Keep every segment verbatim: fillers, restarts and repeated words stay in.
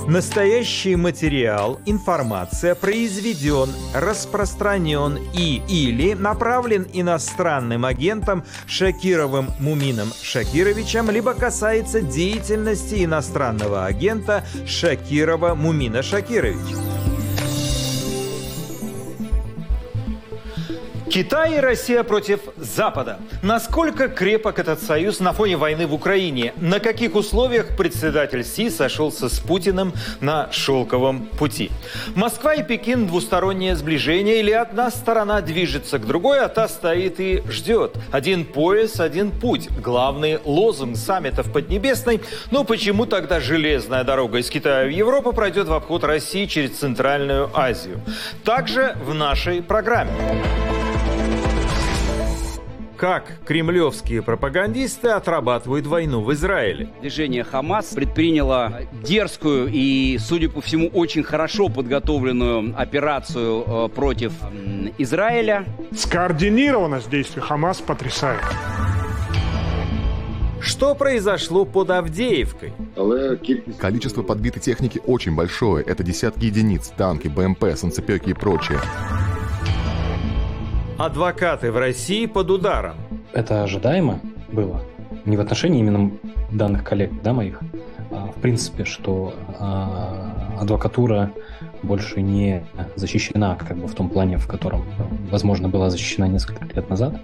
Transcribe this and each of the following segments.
Настоящий материал, информация произведен, распространен и или направлен иностранным агентом Шакировым Мумином Шакировичем, либо касается деятельности иностранного агента Шакирова Мумина Шакировича. Китай и Россия против Запада. Насколько крепок этот союз на фоне войны в Украине? На каких условиях председатель Си сошелся с Путиным на шелковом пути? Москва и Пекин – двустороннее сближение, или одна сторона движется к другой, а та стоит и ждет? Один пояс, один путь. Главный лозунг саммита в Поднебесной. Но почему тогда железная дорога из Китая в Европу пройдет в обход России через Центральную Азию? Также в нашей программе. Как кремлевские пропагандисты отрабатывают войну в Израиле? Движение «Хамас» предприняло дерзкую и, судя по всему, очень хорошо подготовленную операцию против Израиля. Скоординированность действий «Хамас» потрясает. Что произошло под Авдеевкой? Количество подбитой техники очень большое. Это десятки единиц, танки, БМП, санцепёки и прочее. Адвокаты в России под ударом. Это ожидаемо было. Не в отношении именно данных коллег, да, моих, а в принципе, что а, адвокатура больше не защищена, как бы в том плане, в котором, возможно, была защищена несколько лет назад.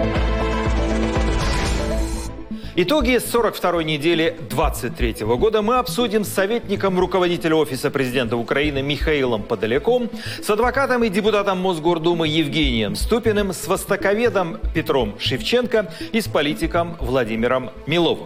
Итоги сорок второй недели двадцать третьего года мы обсудим с советником руководителя Офиса президента Украины Михаилом Подоляком, с адвокатом и депутатом Мосгордумы Евгением Ступиным, с востоковедом Петром Шевченко и с политиком Владимиром Миловым.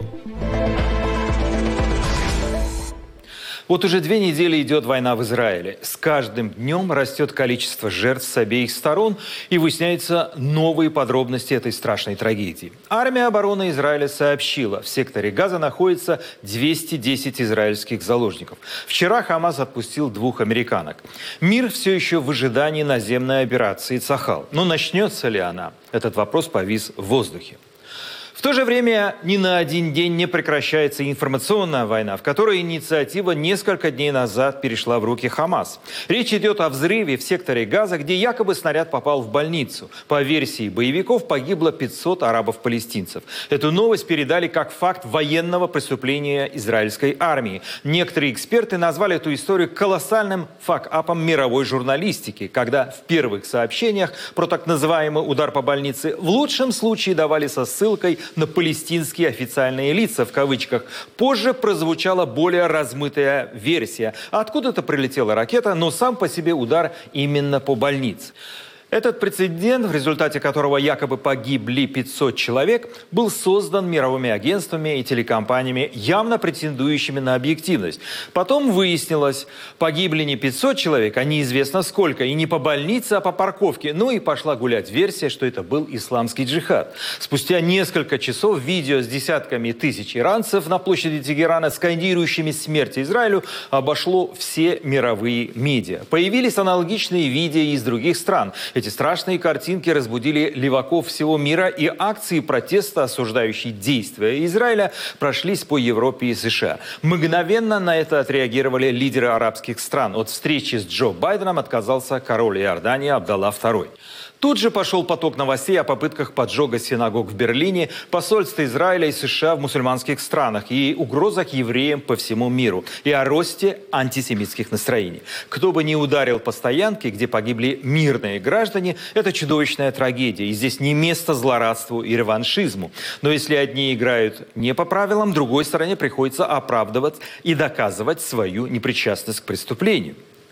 Вот уже две недели идет война в Израиле. С каждым днем растет количество жертв с обеих сторон и выясняются новые подробности этой страшной трагедии. Армия обороны Израиля сообщила, в секторе Газа находится двести десять израильских заложников. Вчера Хамас отпустил двух американок. Мир все еще в ожидании наземной операции «Цахал». Но начнется ли она? Этот вопрос повис в воздухе. В то же время ни на один день не прекращается информационная война, в которой инициатива несколько дней назад перешла в руки Хамас. Речь идет о взрыве в секторе Газа, где якобы снаряд попал в больницу. По версии боевиков погибло пятьсот арабов-палестинцев. Эту новость передали как факт военного преступления израильской армии. Некоторые эксперты назвали эту историю колоссальным факапом мировой журналистики, когда в первых сообщениях про так называемый удар по больнице в лучшем случае давали со ссылкой на палестинские официальные лица, в кавычках. Позже прозвучала более размытая версия. Откуда-то прилетела ракета, но сам по себе удар именно по больнице. Этот прецедент, в результате которого якобы погибли пятьсот человек, был создан мировыми агентствами и телекомпаниями, явно претендующими на объективность. Потом выяснилось, погибли не пятьсот человек, а неизвестно сколько. И не по больнице, а по парковке. Ну и пошла гулять версия, что это был исламский джихад. Спустя несколько часов видео с десятками тысяч иранцев на площади Тегерана, скандирующими смерть Израилю, обошло все мировые медиа. Появились аналогичные видео из других стран. Эти страшные картинки разбудили леваков всего мира, и акции протеста, осуждающие действия Израиля, прошлись по Европе и США. Мгновенно на это отреагировали лидеры арабских стран. От встречи с Джо Байденом отказался король Иордании Абдалла второй. Тут же пошел поток новостей о попытках поджога синагог в Берлине, посольства Израиля и США в мусульманских странах и угрозах евреям по всему миру, и о росте антисемитских настроений. Кто бы ни ударил по стоянке, где погибли мирные граждане, это чудовищная трагедия, и здесь не место злорадству и реваншизму. Но если одни играют не по правилам, другой стороне приходится оправдывать и доказывать свою непричастность к преступлению.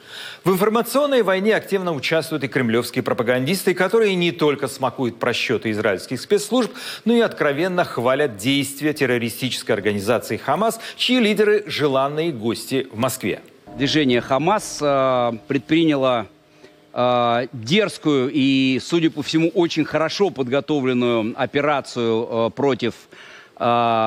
В информационной войне активно участвуют и кремлевские пропагандисты, которые не только смакуют просчеты израильских спецслужб, но и откровенно хвалят действия террористической организации «Хамас», чьи лидеры – желанные гости в Москве. Движение «Хамас» э, предприняло э, дерзкую и, судя по всему, очень хорошо подготовленную операцию э, против э,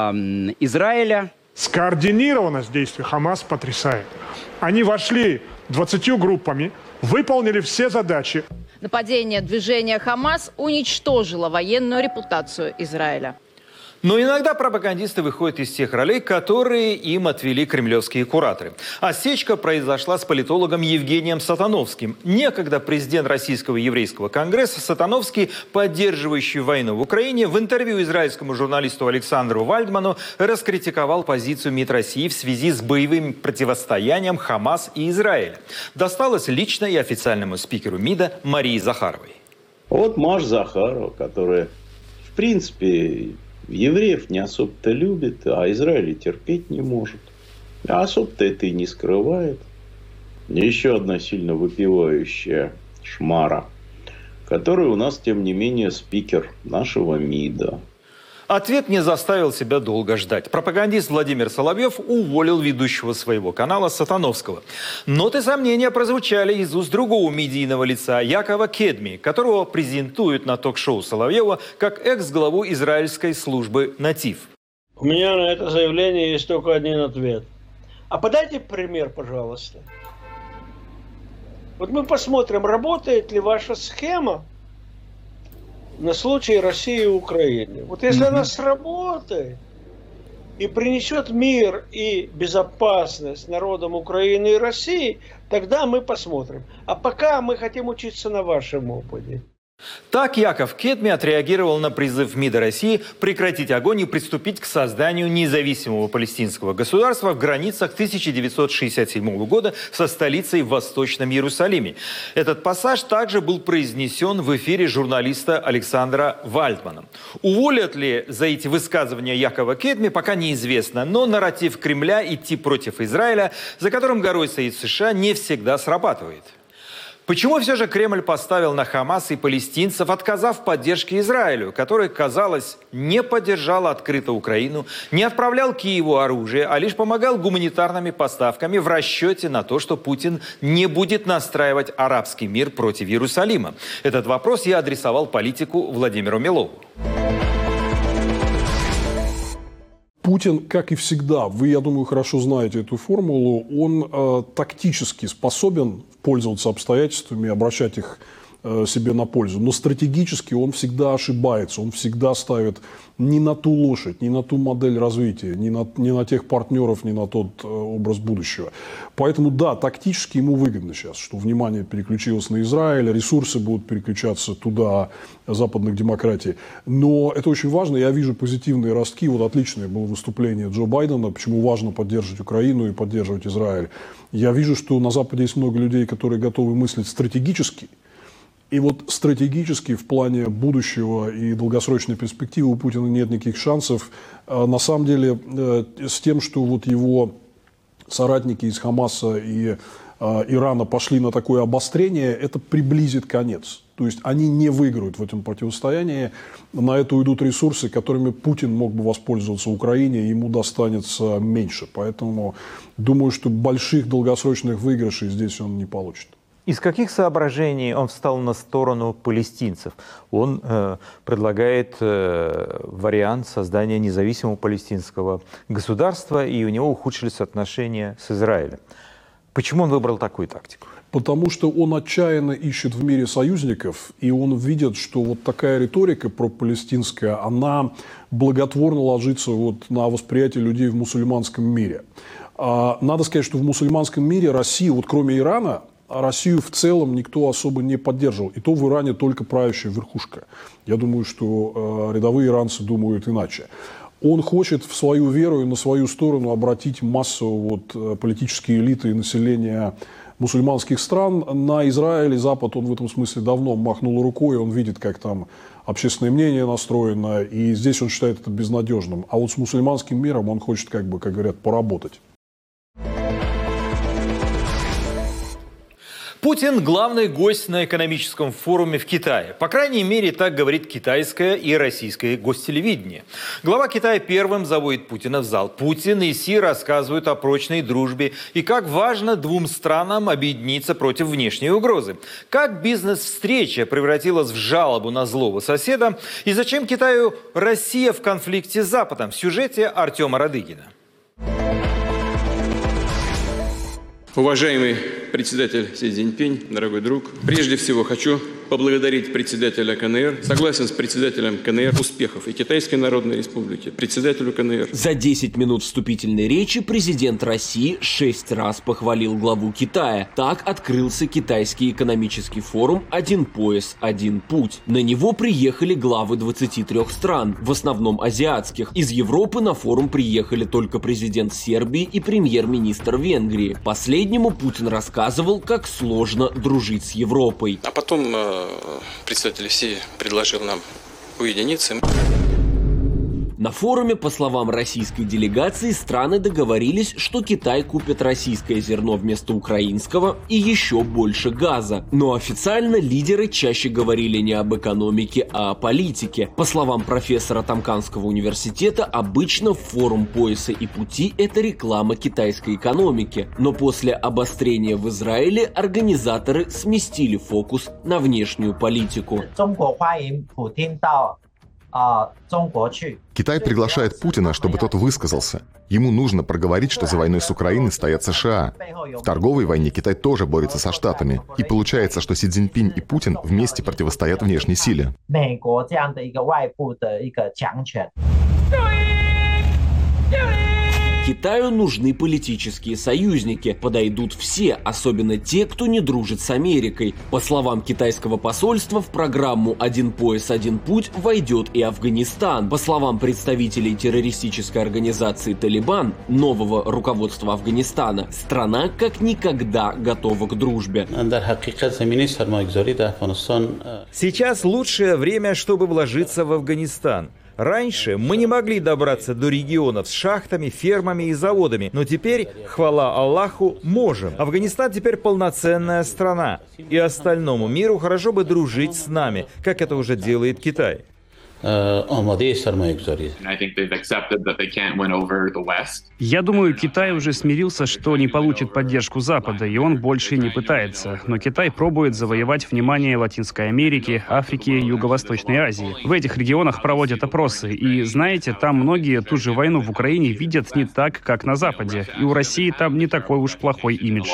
Израиля. Скоординированность действий «Хамас» потрясает. Они вошли двадцатью группами, выполнили все задачи. Нападение движения «Хамас» уничтожило военную репутацию Израиля. Но иногда пропагандисты выходят из тех ролей, которые им отвели кремлевские кураторы. Осечка произошла с политологом Евгением Сатановским. Некогда президент Российского еврейского конгресса Сатановский, поддерживающий войну в Украине, в интервью израильскому журналисту Александру Вальдману раскритиковал позицию МИД России в связи с боевым противостоянием Хамас и Израиля. Досталось лично и официальному спикеру МИДа Марии Захаровой. Вот Маша Захарова, которая, в принципе, евреев не особо-то любит, а Израиль терпеть не может. А особо-то это и не скрывает. Еще одна сильно выпивающая шмара, которая у нас, тем не менее, спикер нашего МИДа. Ответ не заставил себя долго ждать. Пропагандист Владимир Соловьев уволил ведущего своего канала Сатановского. Ноты сомнения прозвучали из уст другого медийного лица Якова Кедми, которого презентуют на ток-шоу Соловьева как экс-главу израильской службы «Натив». У меня на это заявление есть только один ответ. А подайте пример, пожалуйста. Вот мы посмотрим, работает ли ваша схема на случай России и Украины. Вот если mm-hmm. она сработает и принесет мир и безопасность народам Украины и России, тогда мы посмотрим. А пока мы хотим учиться на вашем опыте. Так Яков Кедми отреагировал на призыв МИДа России прекратить огонь и приступить к созданию независимого палестинского государства в границах тысяча девятьсот шестьдесят седьмого года со столицей в Восточном Иерусалиме. Этот пассаж также был произнесен в эфире журналиста Александра Вальдмана. Уволят ли за эти высказывания Якова Кедми, пока неизвестно, но нарратив Кремля идти против Израиля, за которым горой стоит США, не всегда срабатывает. Почему все же Кремль поставил на Хамас и палестинцев, отказав в поддержке Израилю, который, казалось, не поддержал открыто Украину, не отправлял Киеву оружие, а лишь помогал гуманитарными поставками в расчете на то, что Путин не будет настраивать арабский мир против Иерусалима? Этот вопрос я адресовал политику Владимиру Милову. Путин, как и всегда, вы, я думаю, хорошо знаете эту формулу, он э, тактически способен пользоваться обстоятельствами, обращать их э, себе на пользу. Но стратегически он всегда ошибается, он всегда ставит не на ту лошадь, не на ту модель развития, не на, не на тех партнеров, не на тот э, образ будущего. Поэтому, да, тактически ему выгодно сейчас, что внимание переключилось на Израиль, ресурсы будут переключаться туда, западных демократий. Но это очень важно. Я вижу позитивные ростки. Вот отличное было выступление Джо Байдена, почему важно поддерживать Украину и поддерживать Израиль. Я вижу, что на Западе есть много людей, которые готовы мыслить стратегически. И вот стратегически в плане будущего и долгосрочной перспективы у Путина нет никаких шансов. На самом деле с тем, что вот его соратники из Хамаса и Ирана пошли на такое обострение, это приблизит конец. То есть они не выиграют в этом противостоянии. На это уйдут ресурсы, которыми Путин мог бы воспользоваться в Украине, и ему достанется меньше. Поэтому думаю, что больших долгосрочных выигрышей здесь он не получит. Из каких соображений он встал на сторону палестинцев? Он э, предлагает э, вариант создания независимого палестинского государства, и у него ухудшились отношения с Израилем. Почему он выбрал такую тактику? Потому что он отчаянно ищет в мире союзников, и он видит, что вот такая риторика пропалестинская, она благотворно ложится вот на восприятие людей в мусульманском мире. А надо сказать, что в мусульманском мире Россия, вот кроме Ирана, Россию в целом никто особо не поддерживал. И то в Иране только правящая верхушка. Я думаю, что э, рядовые иранцы думают иначе. Он хочет в свою веру и на свою сторону обратить массу вот, политические элиты и населения мусульманских стран. На Израиль и Запад он в этом смысле давно махнул рукой. Он видит, как там общественное мнение настроено. И здесь он считает это безнадежным. А вот с мусульманским миром он хочет, как бы, как говорят, поработать. Путин – главный гость на экономическом форуме в Китае. По крайней мере, так говорит китайское и российское гостелевидение. Глава Китая первым заводит Путина в зал. Путин и Си рассказывают о прочной дружбе и как важно двум странам объединиться против внешней угрозы. Как бизнес-встреча превратилась в жалобу на злого соседа и зачем Китаю Россия в конфликте с Западом в сюжете Артема Радыгина. Уважаемый председатель Си Цзиньпинь, дорогой друг, прежде всего хочу поблагодарить председателя КНР. Согласен с председателем КНР. Успехов и Китайской Народной Республике, председателю КНР. За десять минут вступительной речи президент России шесть раз похвалил главу Китая. Так открылся китайский экономический форум «Один пояс, один путь». На него приехали главы двадцати трёх стран, в основном азиатских. Из Европы на форум приехали только президент Сербии и премьер-министр Венгрии. Последнему Путин рассказывал, как сложно дружить с Европой. А потом э, представитель России предложил нам уединиться. На форуме, по словам российской делегации, страны договорились, что Китай купит российское зерно вместо украинского и еще больше газа. Но официально лидеры чаще говорили не об экономике, а о политике. По словам профессора Тамканского университета, обычно форум пояса и пути – это реклама китайской экономики. Но после обострения в Израиле организаторы сместили фокус на внешнюю политику. Китай приглашает Путина, чтобы тот высказался. Ему нужно проговорить, что за войной с Украиной стоят США. В торговой войне Китай тоже борется со Штатами. И получается, что Си Цзиньпинь и Путин вместе противостоят внешней силе. Китаю нужны политические союзники. Подойдут все, особенно те, кто не дружит с Америкой. По словам китайского посольства, в программу «Один пояс, один путь» войдет и Афганистан. По словам представителей террористической организации «Талибан», нового руководства Афганистана, страна как никогда готова к дружбе. Сейчас лучшее время, чтобы вложиться в Афганистан. Раньше мы не могли добраться до регионов с шахтами, фермами и заводами, но теперь, хвала Аллаху, можем. Афганистан теперь полноценная страна, и остальному миру хорошо бы дружить с нами, как это уже делает Китай. Я думаю, Китай уже смирился, что не получит поддержку Запада, и он больше не пытается. Но Китай пробует завоевать внимание Латинской Америки, Африки и Юго-Восточной Азии. В этих регионах проводят опросы, и, знаете, там многие ту же войну в Украине видят не так, как на Западе. И у России там не такой уж плохой имидж.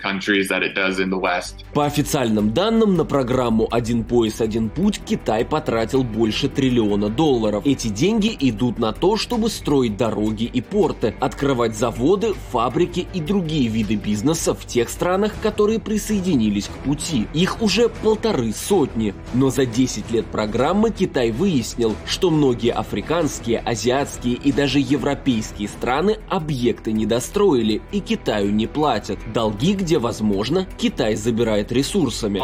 По официальным данным, на программу «Один пояс, один путь» Китай потратил больше триллиона долларов. Эти деньги идут на то, чтобы строить дороги и порты, открывать заводы, фабрики и другие виды бизнеса в тех странах, которые присоединились к пути. Их уже полторы сотни. Но за десять лет программы Китай выяснил, что многие африканские, азиатские и даже европейские страны объекты не достроили и Китаю не платят. Долги, где возможно, Китай забирает ресурсами.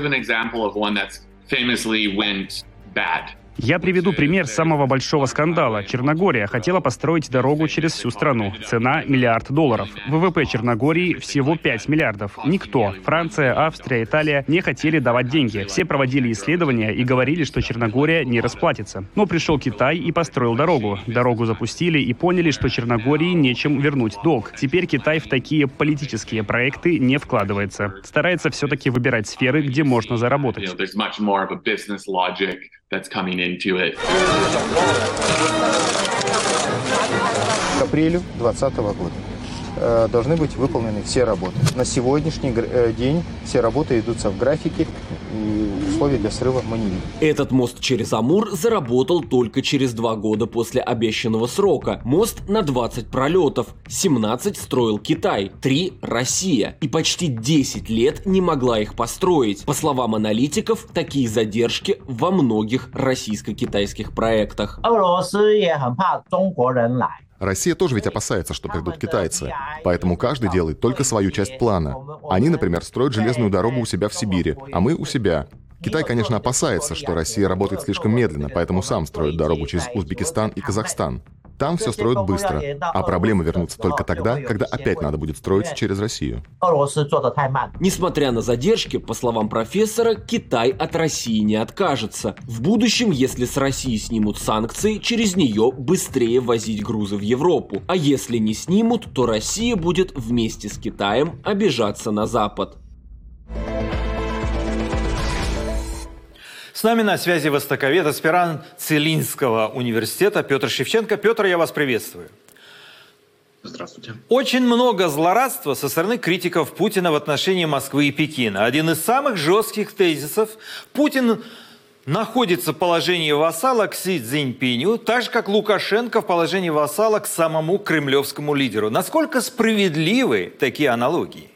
Я приведу пример самого большого скандала. Черногория хотела построить дорогу через всю страну. Цена – миллиард долларов. ВВП Черногории всего пять миллиардов. Никто – Франция, Австрия, Италия – не хотели давать деньги. Все проводили исследования и говорили, что Черногория не расплатится. Но пришел Китай и построил дорогу. Дорогу запустили и поняли, что Черногории нечем вернуть долг. Теперь Китай в такие политические проекты не вкладывается. Старается все-таки выбирать сферы, где можно заработать. К апрелю две тысячи двадцатого года э, должны быть выполнены все работы. На сегодняшний э, день все работы идутся в графике, и условий для срыва мы не видим. Этот мост через Амур заработал только через два года после обещанного срока. Мост на двадцать пролетов. семнадцать строил Китай, три – Россия. И почти десять лет не могла их построить. По словам аналитиков, такие задержки во многих российско-китайских проектах. Россия тоже ведь опасается, что придут китайцы. Поэтому каждый делает только свою часть плана. Они, например, строят железную дорогу у себя в Сибири, а мы у себя. Китай, конечно, опасается, что Россия работает слишком медленно, поэтому сам строит дорогу через Узбекистан и Казахстан. Там все строят быстро, а проблемы вернутся только тогда, когда опять надо будет строить через Россию. Несмотря на задержки, по словам профессора, Китай от России не откажется. В будущем, если с России снимут санкции, через нее быстрее возить грузы в Европу. А если не снимут, то Россия будет вместе с Китаем обижаться на Запад. С нами на связи востоковед, аспирант Целинского университета Петр Шевченко. Петр, я вас приветствую. Здравствуйте. Очень много злорадства со стороны критиков Путина в отношении Москвы и Пекина. Один из самых жестких тезисов: Путин находится в положении вассала к Си Цзиньпиню, так же, как Лукашенко в положении вассала к самому кремлевскому лидеру. Насколько справедливы такие аналогии?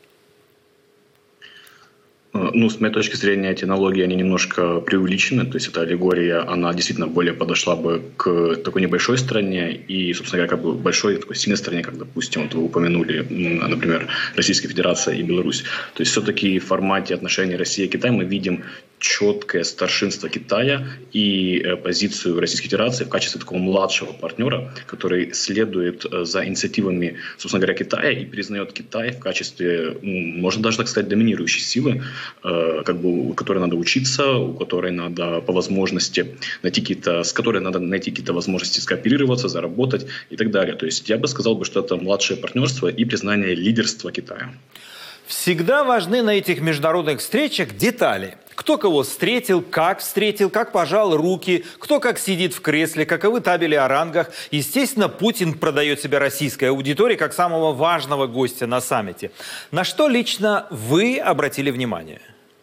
Ну, с моей точки зрения, эти аналогии, они немножко преувеличены. То есть эта аллегория, она действительно более подошла бы к такой небольшой стране и, собственно говоря, как бы большой, такой сильной стране, как, допустим, вот вы упомянули, например, Российская Федерация и Беларусь. То есть все-таки в формате отношений России и Китая мы видим четкое старшинство Китая и позицию Российской Федерации в качестве такого младшего партнера, который следует за инициативами, собственно говоря, Китая и признает Китай в качестве, можно даже так сказать, доминирующей силы, как бы, у которой надо учиться, у которой надо по возможности найти какие-то, с которой надо найти какие-то возможности скооперироваться, заработать и так далее. То есть я бы сказал, что это младшее партнерство и признание лидерства Китая. Всегда важны на этих международных встречах детали. Кто кого встретил, как встретил, как пожал руки, кто как сидит в кресле, каковы табели о рангах. Естественно, Путин продает себя российской аудитории как самого важного гостя на саммите. На что лично вы обратили внимание?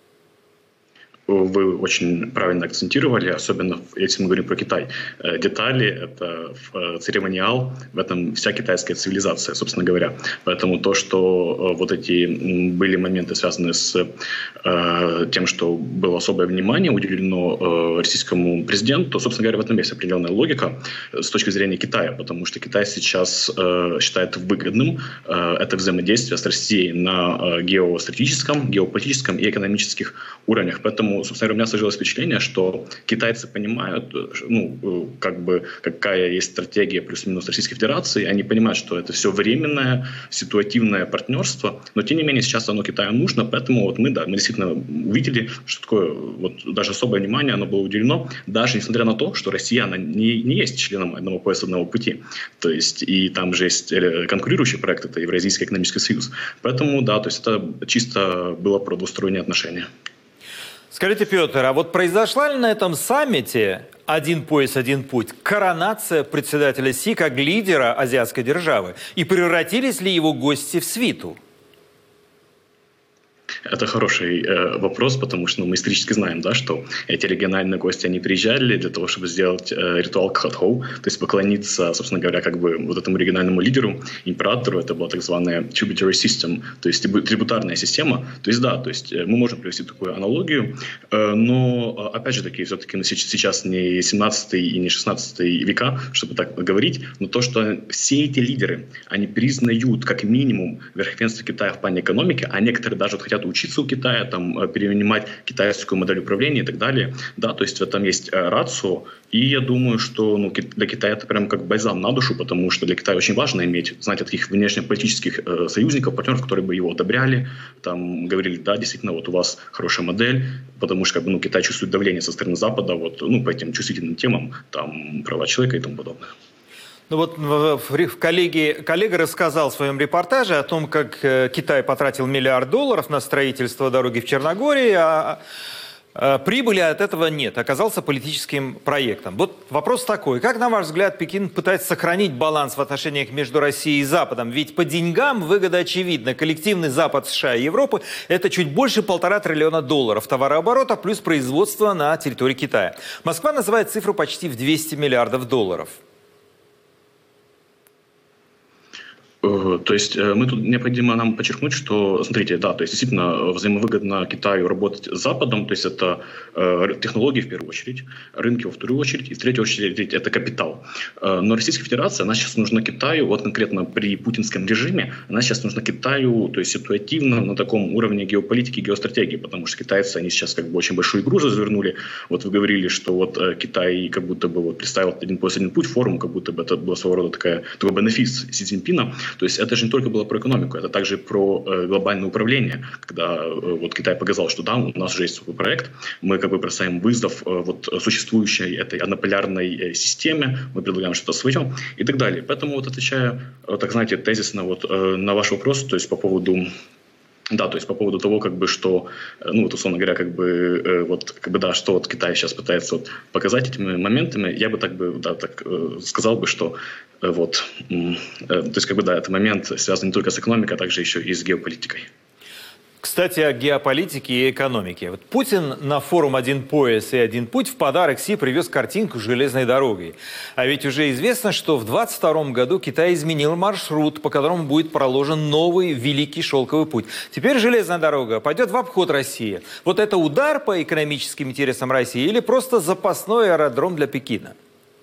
Вы очень правильно акцентировали, особенно если мы говорим про Китай. Детали — это церемониал, в этом вся китайская цивилизация, собственно говоря. Поэтому то, что вот эти были моменты, связанные с тем, что было особое внимание уделено российскому президенту, собственно говоря, в этом есть определенная логика с точки зрения Китая, потому что Китай сейчас считает выгодным это взаимодействие с Россией на геостратегическом, геополитическом и экономических уровнях. Поэтому, собственно говоря, у меня сложилось впечатление, что китайцы понимают, ну, как бы, какая есть стратегия плюс-минус Российской Федерации. Они понимают, что это все временное, ситуативное партнерство, но, тем не менее, сейчас оно Китаю нужно, поэтому вот мы, да, мы действительно увидели, что такое, вот даже особое внимание, оно было уделено, даже несмотря на то, что Россия, она не, не есть членом одного пояса, одного пути. То есть, и там же есть конкурирующий проект, это Евразийский экономический союз. Поэтому, да, то есть это чисто было про двусторонние отношения. Скажите, Петр, а вот произошла ли на этом саммите «Один пояс, один путь» коронация председателя Си как лидера азиатской державы? И превратились ли его гости в свиту? Это хороший э, вопрос, потому что ну, мы исторически знаем, да, что эти региональные гости, они приезжали для того, чтобы сделать э, ритуал кхатхоу, то есть поклониться, собственно говоря, как бы вот этому региональному лидеру, императору. Это была так званая tributary system, то есть трибутарная система. То есть да, то есть мы можем привести такую аналогию, э, но опять же таки, все-таки сейчас не семнадцатый и не шестнадцатый века, чтобы так говорить, но то, что все эти лидеры, они признают как минимум верховенство Китая в плане экономики, а некоторые даже вот хотят учиться у Китая, там, перенимать китайскую модель управления и так далее. Да, то есть в этом есть рацио. И я думаю, что ну, для Китая это прям как бальзам на душу, потому что для Китая очень важно иметь, знать от таких внешнеполитических э, союзников, партнеров, которые бы его одобряли, там, говорили, да, действительно, вот у вас хорошая модель, потому что как бы, ну, Китай чувствует давление со стороны Запада вот, ну, по этим чувствительным темам, там, права человека и тому подобное. Ну вот коллеги, коллега рассказал в своем репортаже о том, как Китай потратил миллиард долларов на строительство дороги в Черногории, а прибыли от этого нет, оказался политическим проектом. Вот вопрос такой, как, на ваш взгляд, Пекин пытается сохранить баланс в отношениях между Россией и Западом? Ведь по деньгам выгода очевидна. Коллективный Запад, США и Европы – это чуть больше полтора триллиона долларов товарооборота плюс производство на территории Китая. Москва называет цифру почти в двести миллиардов долларов. То есть мы тут необходимо нам подчеркнуть, что, смотрите, да, то есть действительно взаимовыгодно Китаю работать с Западом, то есть это э, технологии в первую очередь, рынки во вторую очередь, и в третью очередь это капитал. Э, но Российская Федерация, она сейчас нужна Китаю, вот конкретно при путинском режиме, она сейчас нужна Китаю, то есть ситуативно на таком уровне геополитики, геостратегии, потому что китайцы, они сейчас как бы очень большую игру развернули. Вот вы говорили, что вот э, Китай как будто бы вот представил один пояс, один путь, форум, как будто бы это была своего рода такая, такой бенефис Си Цзиньпина. То есть это же не только было про экономику, это также про э, глобальное управление, когда э, вот Китай показал, что да, у нас же есть свой проект, мы как бы бросаем вызов э, вот существующей этой однополярной э, системе, мы предлагаем что-то свое и так далее. Поэтому вот отвечая, э, так знаете, тезисно вот, э, на ваш вопрос, то есть по поводу Да, то есть по поводу того, как бы, что, ну, вот, условно говоря, как бы, э, вот, как бы, да, что вот Китай сейчас пытается вот показать этими моментами, я бы так бы, да, так э, сказал бы, что э, вот, э, то есть, как бы, да, это момент связан не только с экономикой, а также еще и с геополитикой. Кстати, о геополитике и экономике. Вот Путин на форум «Один пояс и один путь» в подарок Си привез картинку с железной дорогой. А ведь уже известно, что в двадцать втором году Китай изменил маршрут, по которому будет проложен новый Великий Шелковый путь. Теперь железная дорога пойдет в обход России. Вот это удар по экономическим интересам России или просто запасной аэродром для Пекина?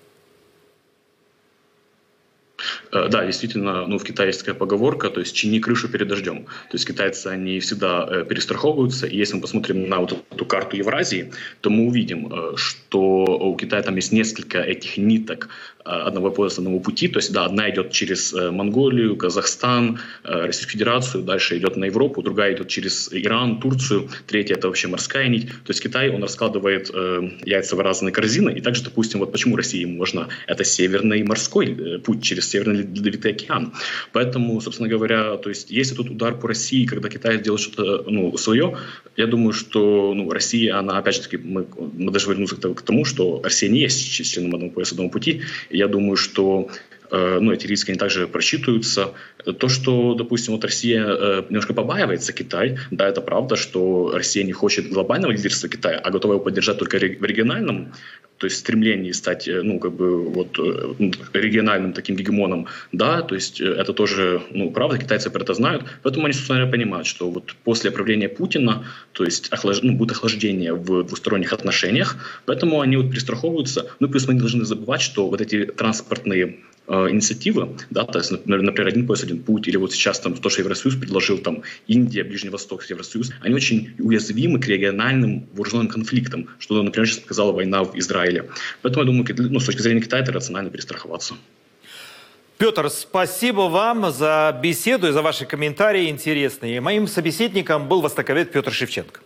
Да, действительно, ну, в Китае есть такая поговорка, то есть «чини крышу перед дождем». То есть китайцы, они всегда э, перестраховываются. И если мы посмотрим на вот эту карту Евразии, то мы увидим, э, что у Китая там есть несколько этих ниток э, одного пояса, одного пути. То есть, да, одна идет через э, Монголию, Казахстан, э, Российскую Федерацию, дальше идет на Европу, другая идет через Иран, Турцию, третья – это вообще морская нить. То есть Китай, он раскладывает э, яйца в разные корзины. И также, допустим, вот почему России можно, это северный морской э, путь через Северный Ледовитый океан. Поэтому, собственно говоря, то есть, если тут удар по России, когда Китай делает что-то, ну, свое, я думаю, что, ну, Россия, она, опять же таки, мы, мы даже вернемся к тому, что Россия не есть членом одного пояса, одного пути. И я думаю, что э, ну, эти риски, они также просчитываются. То, что, допустим, вот Россия э, немножко побаивается Китай, да, это правда, что Россия не хочет глобального лидерства Китая, а готова его поддержать только в региональном, то есть стремлении стать, ну, как бы, вот, региональным таким гегемоном, да, то есть это тоже, ну, правда, китайцы про это знают, поэтому они, собственно говоря, понимают, что вот после правления Путина, то есть охлаж... ну, будет охлаждение в двусторонних отношениях, поэтому они вот перестраховываются, ну, плюс мы не должны забывать, что вот эти транспортные э, инициативы, да, то есть, например, один пояс, один путь, или вот сейчас там то, что Евросоюз предложил, там, Индия, Ближний Восток, Евросоюз, они очень уязвимы к региональным вооруженным конфликтам, что, например, сейчас показала война в Израиле. Поэтому, я думаю, ну, с точки зрения Китая, это рационально перестраховаться. Петр, спасибо вам за беседу и за ваши комментарии интересные. Моим собеседником был востоковед Петр Шевченко.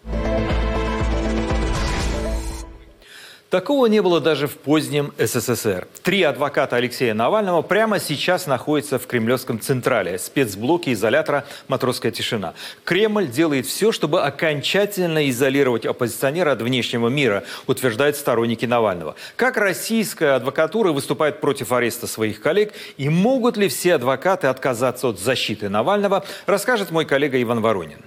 Такого не было даже в позднем СССР. Три адвоката Алексея Навального прямо сейчас находятся в кремлевском Централе, спецблоке изолятора «Матросская тишина». Кремль делает все, чтобы окончательно изолировать оппозиционера от внешнего мира, утверждают сторонники Навального. Как российская адвокатура выступает против ареста своих коллег и могут ли все адвокаты отказаться от защиты Навального, расскажет мой коллега Иван Воронин.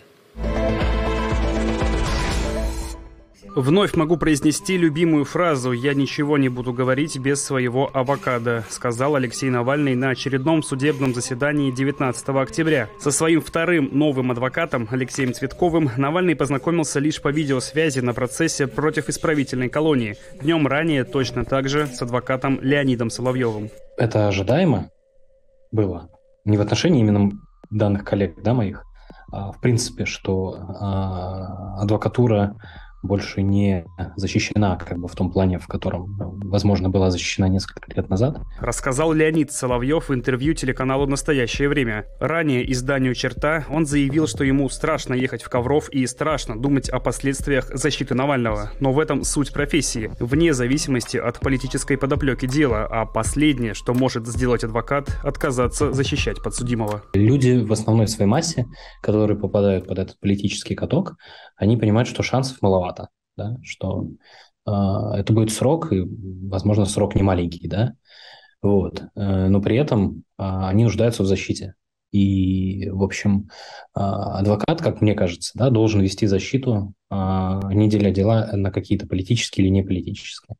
Вновь могу произнести любимую фразу «Я ничего не буду говорить без своего авокадо», сказал Алексей Навальный на очередном судебном заседании девятнадцатого октября. Со своим вторым новым адвокатом Алексеем Цветковым Навальный познакомился лишь по видеосвязи на процессе против исправительной колонии. Днем ранее точно так же с адвокатом Леонидом Соловьевым. Это ожидаемо было. Не в отношении именно данных коллег, да, моих, а в принципе, что а, адвокатура больше не защищена, как бы в том плане, в котором, возможно, была защищена несколько лет назад. Рассказал Леонид Соловьев в интервью телеканалу «Настоящее время». Ранее изданию «Черта» он заявил, что ему страшно ехать в Ковров и страшно думать о последствиях защиты Навального. Но в этом суть профессии, вне зависимости от политической подоплеки дела, а последнее, что может сделать адвокат, отказаться защищать подсудимого. Люди в основной своей массе, которые попадают под этот политический каток, они понимают, что шансов маловато, да? Что э, это будет срок, и, возможно, срок не маленький, да? Вот. Э, но при этом э, они нуждаются в защите. И, в общем, э, адвокат, как мне кажется, да, должен вести защиту, э, не деля дела на какие-то политические или неполитические.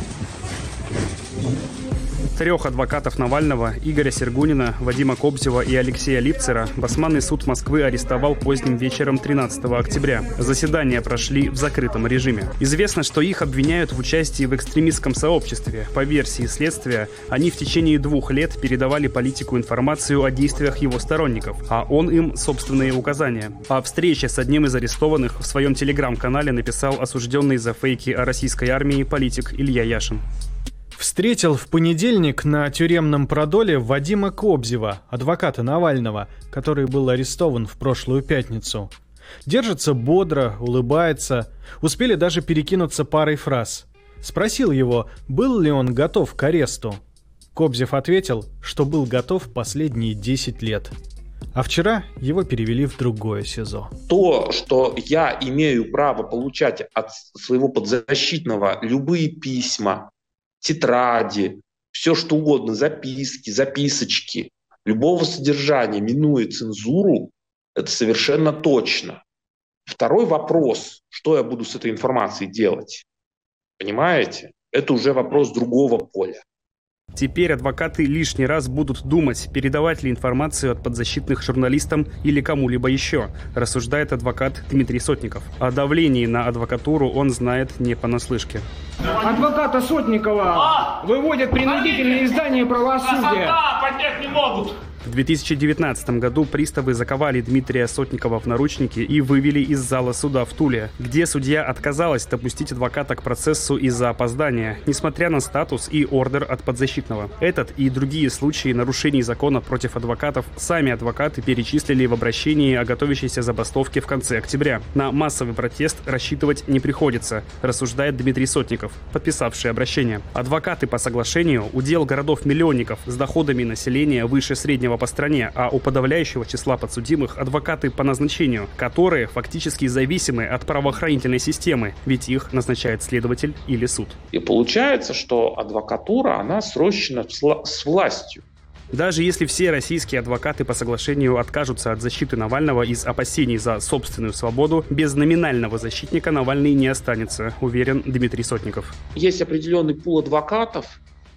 Трех адвокатов Навального, Игоря Сергунина, Вадима Кобзева и Алексея Липцера, Басманный суд Москвы арестовал поздним вечером тринадцатого октября. Заседания прошли в закрытом режиме. Известно, что их обвиняют в участии в экстремистском сообществе. По версии следствия, они в течение двух лет передавали политику информацию о действиях его сторонников, а он им собственные указания. О встрече с одним из арестованных в своем телеграм-канале написал осужденный за фейки о российской армии политик Илья Яшин. Встретил в понедельник на тюремном продоле Вадима Кобзева, адвоката Навального, который был арестован в прошлую пятницу. Держится бодро, улыбается, успели даже перекинуться парой фраз. Спросил его, был ли он готов к аресту. Кобзев ответил, что был готов последние десять лет. А вчера его перевели в другое СИЗО. То, что я имею право получать от своего подзащитного любые письма, тетради, все что угодно, записки, записочки, любого содержания, минуя цензуру, это совершенно точно. Второй вопрос, что я буду с этой информацией делать, понимаете? Это уже вопрос другого поля. Теперь адвокаты лишний раз будут думать, передавать ли информацию от подзащитных журналистам или кому-либо еще, рассуждает адвокат Дмитрий Сотников. О давлении на адвокатуру он знает не понаслышке. Адвоката Сотникова выводят принудительные издания правосудия. Поднять не могут. В две тысячи девятнадцатом году приставы заковали Дмитрия Сотникова в наручники и вывели из зала суда в Туле, где судья отказалась допустить адвоката к процессу из-за опоздания, несмотря на статус и ордер от подзащитного. Этот и другие случаи нарушений закона против адвокатов сами адвокаты перечислили в обращении о готовящейся забастовке в конце октября. На массовый протест рассчитывать не приходится, рассуждает Дмитрий Сотников, подписавший обращение. Адвокаты по соглашению – удел городов-миллионников с доходами населения выше среднего по стране, а у подавляющего числа подсудимых адвокаты по назначению, которые фактически зависимы от правоохранительной системы, ведь их назначает следователь или суд. И получается, что адвокатура, она срощена с властью. Даже если все российские адвокаты по соглашению откажутся от защиты Навального из опасений за собственную свободу, без номинального защитника Навальный не останется, уверен Дмитрий Сотников. Есть определенный пул адвокатов,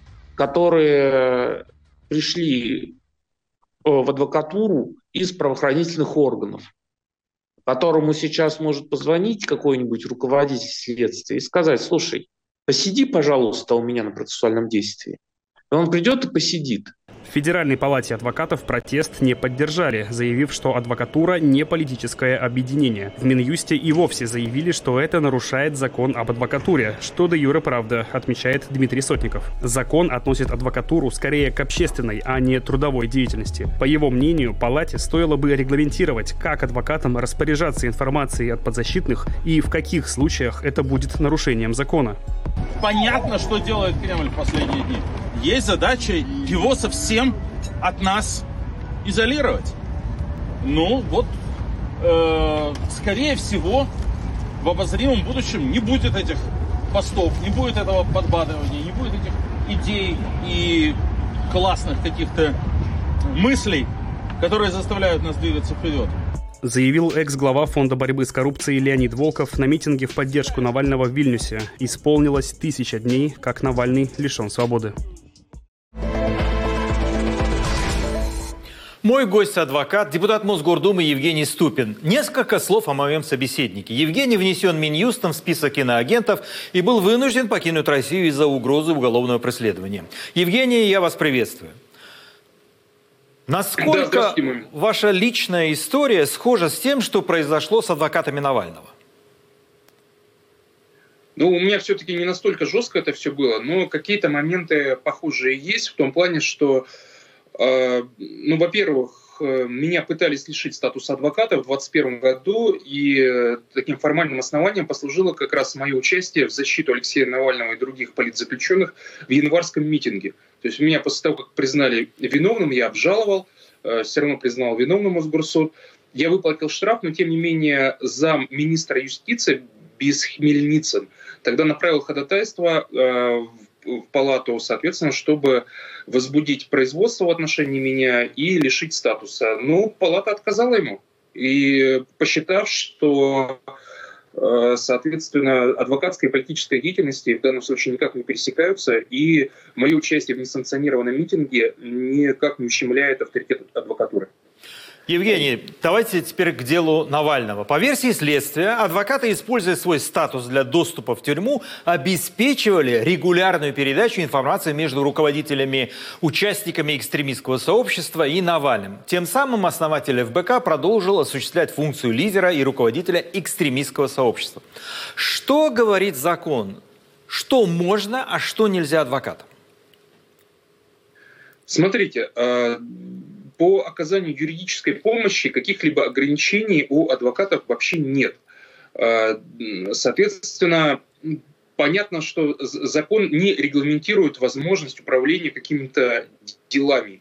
которые пришли в адвокатуру из правоохранительных органов, которому сейчас может позвонить какой-нибудь руководитель следствия и сказать: слушай, посиди, пожалуйста, у меня на процессуальном действии. И он придет и посидит. В Федеральной палате адвокатов протест не поддержали, заявив, что адвокатура не политическое объединение. В Минюсте и вовсе заявили, что это нарушает закон об адвокатуре, что де юре правда, отмечает Дмитрий Сотников. Закон относит адвокатуру скорее к общественной, а не трудовой деятельности. По его мнению, палате стоило бы регламентировать, как адвокатам распоряжаться информацией от подзащитных и в каких случаях это будет нарушением закона. Понятно, что делает Кремль в последние дни. Есть задача его совсем от нас изолировать. Ну вот, э, скорее всего, в обозримом будущем не будет этих постов, не будет этого подбадривания, не будет этих идей и классных каких-то мыслей, которые заставляют нас двигаться вперед. Заявил экс-глава Фонда борьбы с коррупцией Леонид Волков на митинге в поддержку Навального в Вильнюсе. Исполнилось тысяча дней, как Навальный лишен свободы. Мой гость – адвокат, депутат Мосгордумы Евгений Ступин. Несколько слов о моем собеседнике. Евгений внесен Минюстом в список иноагентов и был вынужден покинуть Россию из-за угрозы уголовного преследования. Евгений, я вас приветствую. Насколько да, ваша личная история схожа с тем, что произошло с адвокатами Навального? Ну, у меня все-таки не настолько жестко это все было, но какие-то моменты похожие есть в том плане, что, э, ну, во-первых, меня пытались лишить статуса адвоката в двадцать первом году, и таким формальным основанием послужило как раз мое участие в защиту Алексея Навального и других политзаключенных в январском митинге. То есть меня после того, как признали виновным, я обжаловал, все равно признал виновным Мосгорсуд. Я выплатил штраф, но тем не менее замминистра юстиции Бесхмельницын тогда направил ходатайство в палату, соответственно, чтобы возбудить производство в отношении меня и лишить статуса. Но палата отказала ему, и посчитав, что, соответственно, адвокатская и политическая деятельность в данном случае никак не пересекаются, и мое участие в несанкционированном митинге никак не ущемляет авторитет адвокатуры. Евгений, давайте теперь к делу Навального. По версии следствия, адвокаты, используя свой статус для доступа в тюрьму, обеспечивали регулярную передачу информации между руководителями, участниками экстремистского сообщества и Навальным. Тем самым основатель эф бэ ка продолжил осуществлять функцию лидера и руководителя экстремистского сообщества. Что говорит закон? Что можно, а что нельзя адвокатам? Смотрите, по оказанию юридической помощи каких-либо ограничений у адвокатов вообще нет. Соответственно, понятно, что закон не регламентирует возможность управления какими-то делами.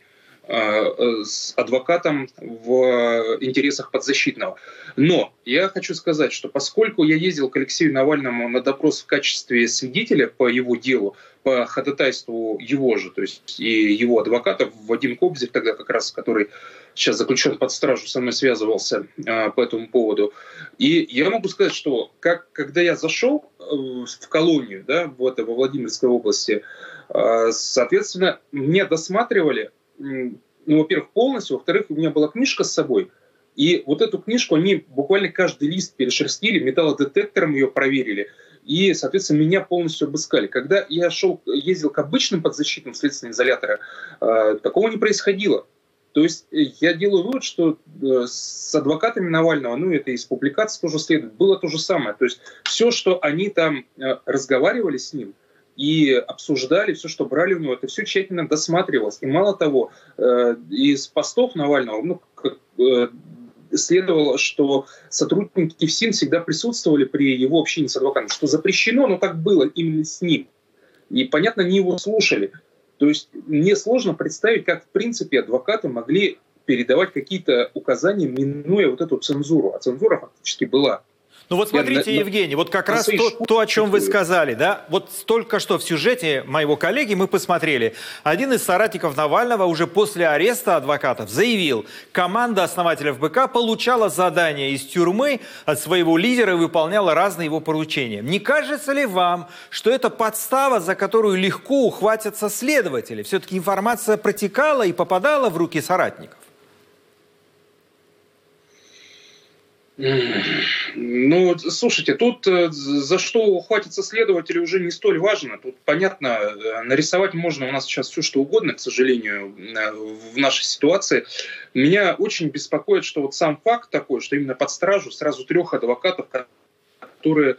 с адвокатом в интересах подзащитного. Но я хочу сказать, что поскольку я ездил к Алексею Навальному на допрос в качестве свидетеля по его делу, по ходатайству его же, то есть и его адвоката, Вадим Кобзев, тогда как раз, который сейчас заключен под стражу, со мной связывался э, по этому поводу. И я могу сказать, что как, когда я зашел э, в колонию, да, вот, во Владимирской области, э, соответственно, меня досматривали, ну, во-первых, полностью, во-вторых, у меня была книжка с собой, и вот эту книжку они буквально каждый лист перешерстили, металлодетектором ее проверили, и, соответственно, меня полностью обыскали. Когда я шел, ездил к обычным подзащитным в следственные изоляторы, э, такого не происходило. То есть я делаю вывод, что э, с адвокатами Навального, ну это из публикаций тоже следует, было то же самое. То есть все, что они там э, разговаривали с ним, и обсуждали, все, что брали у него, это все тщательно досматривалось. И мало того, э, из постов Навального ну, как, э, следовало, что сотрудники ФСИН всегда присутствовали при его общении с адвокатом, что запрещено, но так было именно с ним. И, понятно, они его слушали. То есть мне сложно представить, как, в принципе, адвокаты могли передавать какие-то указания, минуя вот эту цензуру. А цензура фактически была. Ну вот смотрите, я, Евгений, вот как раз то, то, о чем вы сказали, да, вот только что в сюжете моего коллеги мы посмотрели. Один из соратников Навального уже после ареста адвокатов заявил, команда основателя эф бэ ка получала задания из тюрьмы от своего лидера и выполняла разные его поручения. Не кажется ли вам, что это подстава, за которую легко ухватятся следователи? Все-таки информация протекала и попадала в руки соратников? Ну, слушайте, тут за что ухватиться следователи уже не столь важно. Тут, понятно, нарисовать можно у нас сейчас все, что угодно, к сожалению, в нашей ситуации. Меня очень беспокоит, что вот сам факт такой, что именно под стражу сразу трех адвокатов, которые,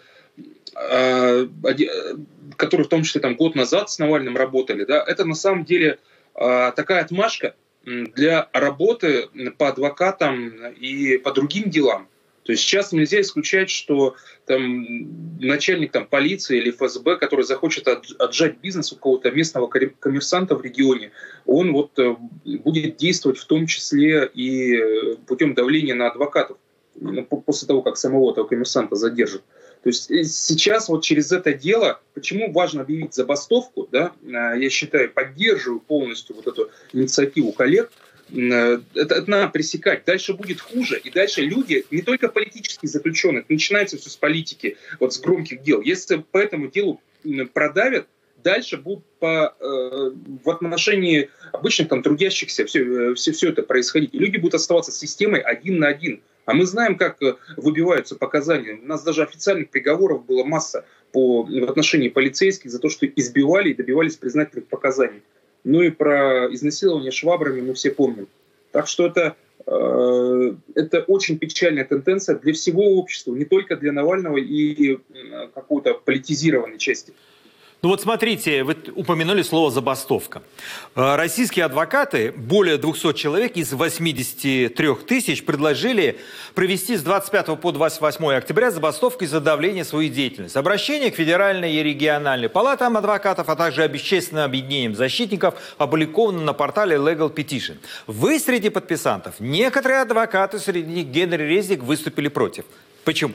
которые в том числе там, год назад с Навальным работали, да, это на самом деле такая отмашка для работы по адвокатам и по другим делам. То есть сейчас нельзя исключать, что там, начальник там, полиции или эф эс бэ, который захочет отжать бизнес у какого-то местного коммерсанта в регионе, он вот будет действовать в том числе и путем давления на адвокатов после того, как самого этого коммерсанта задержат. То есть сейчас вот через это дело, почему важно объявить забастовку, да, я считаю, поддерживаю полностью вот эту инициативу коллег, Это, это надо пресекать. Дальше будет хуже. И дальше люди, не только политические заключенные, начинается все с политики, вот с громких дел. Если по этому делу продавят, дальше будут по, э, в отношении обычных там, трудящихся все, все, все это происходить. И люди будут оставаться с системой один на один. А мы знаем, как выбиваются показания. У нас даже официальных приговоров было масса по, в отношении полицейских за то, что избивали и добивались признательных показаний. Ну и про изнасилование швабрами мы все помним. Так что это, э, это очень печальная тенденция для всего общества, не только для Навального и э, какой-то политизированной части. Ну вот смотрите, вы упомянули слово «забастовка». Российские адвокаты, более двухсот человек из восьмидесяти трёх тысяч, предложили провести с двадцать пятого по двадцать восьмое октября забастовку из-за давления своей деятельности. Обращение к Федеральной и региональной палатам адвокатов, а также общественным объединениям защитников опубликовано на портале Legal Petition. Вы среди подписантов. Некоторые адвокаты, среди них Генри Резник, выступили против. Почему?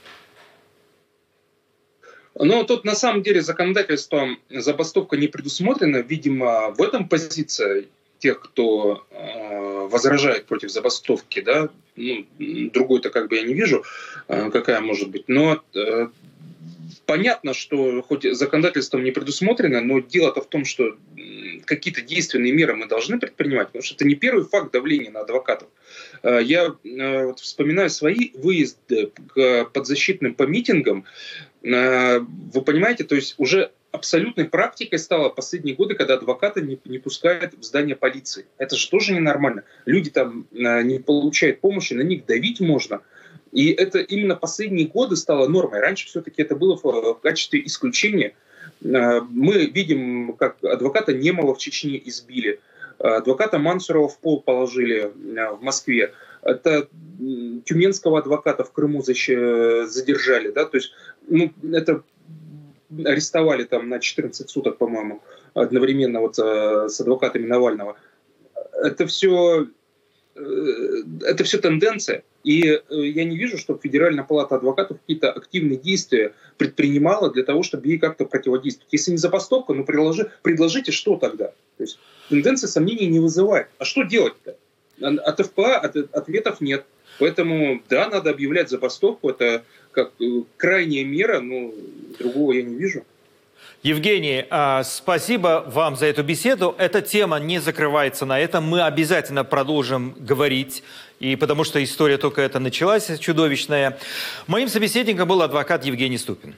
Но тут на самом деле законодательством забастовка не предусмотрена. Видимо, в этом позиция тех, кто э, возражает против забастовки. Да? Ну, другой-то как бы я не вижу, э, какая может быть. Но э, понятно, что хоть законодательством не предусмотрено, но дело-то в том, что какие-то действенные меры мы должны предпринимать, потому что это не первый факт давления на адвокатов. Я вот, вспоминаю свои выезды к подзащитным по митингам. Вы понимаете, то есть уже абсолютной практикой стало последние годы, когда адвокаты не, не пускают в здание полиции. Это же тоже ненормально. Люди там не получают помощи, на них давить можно. И это именно последние годы стало нормой. Раньше все-таки это было в качестве исключения. Мы видим, как адвоката Немова в Чечне избили, адвоката Мансурова в пол положили в Москве, это тюменского адвоката в Крыму задержали, да, то есть ну, это арестовали там на четырнадцать суток, по-моему, одновременно вот с адвокатами Навального. это все, это все тенденция. И я не вижу, чтобы Федеральная палата адвокатов какие-то активные действия предпринимала для того, чтобы ей как-то противодействовать. Если не забастовка, ну предложи, предложите, что тогда? То есть тенденция сомнений не вызывает. А что делать-то? От эф пэ а от, ответов нет. Поэтому, да, надо объявлять забастовку. Это как крайняя мера, но другого я не вижу. Евгений, спасибо вам за эту беседу. Эта тема не закрывается на этом. Мы обязательно продолжим говорить, и потому что история только это началась, чудовищная. Моим собеседником был адвокат Евгений Ступин.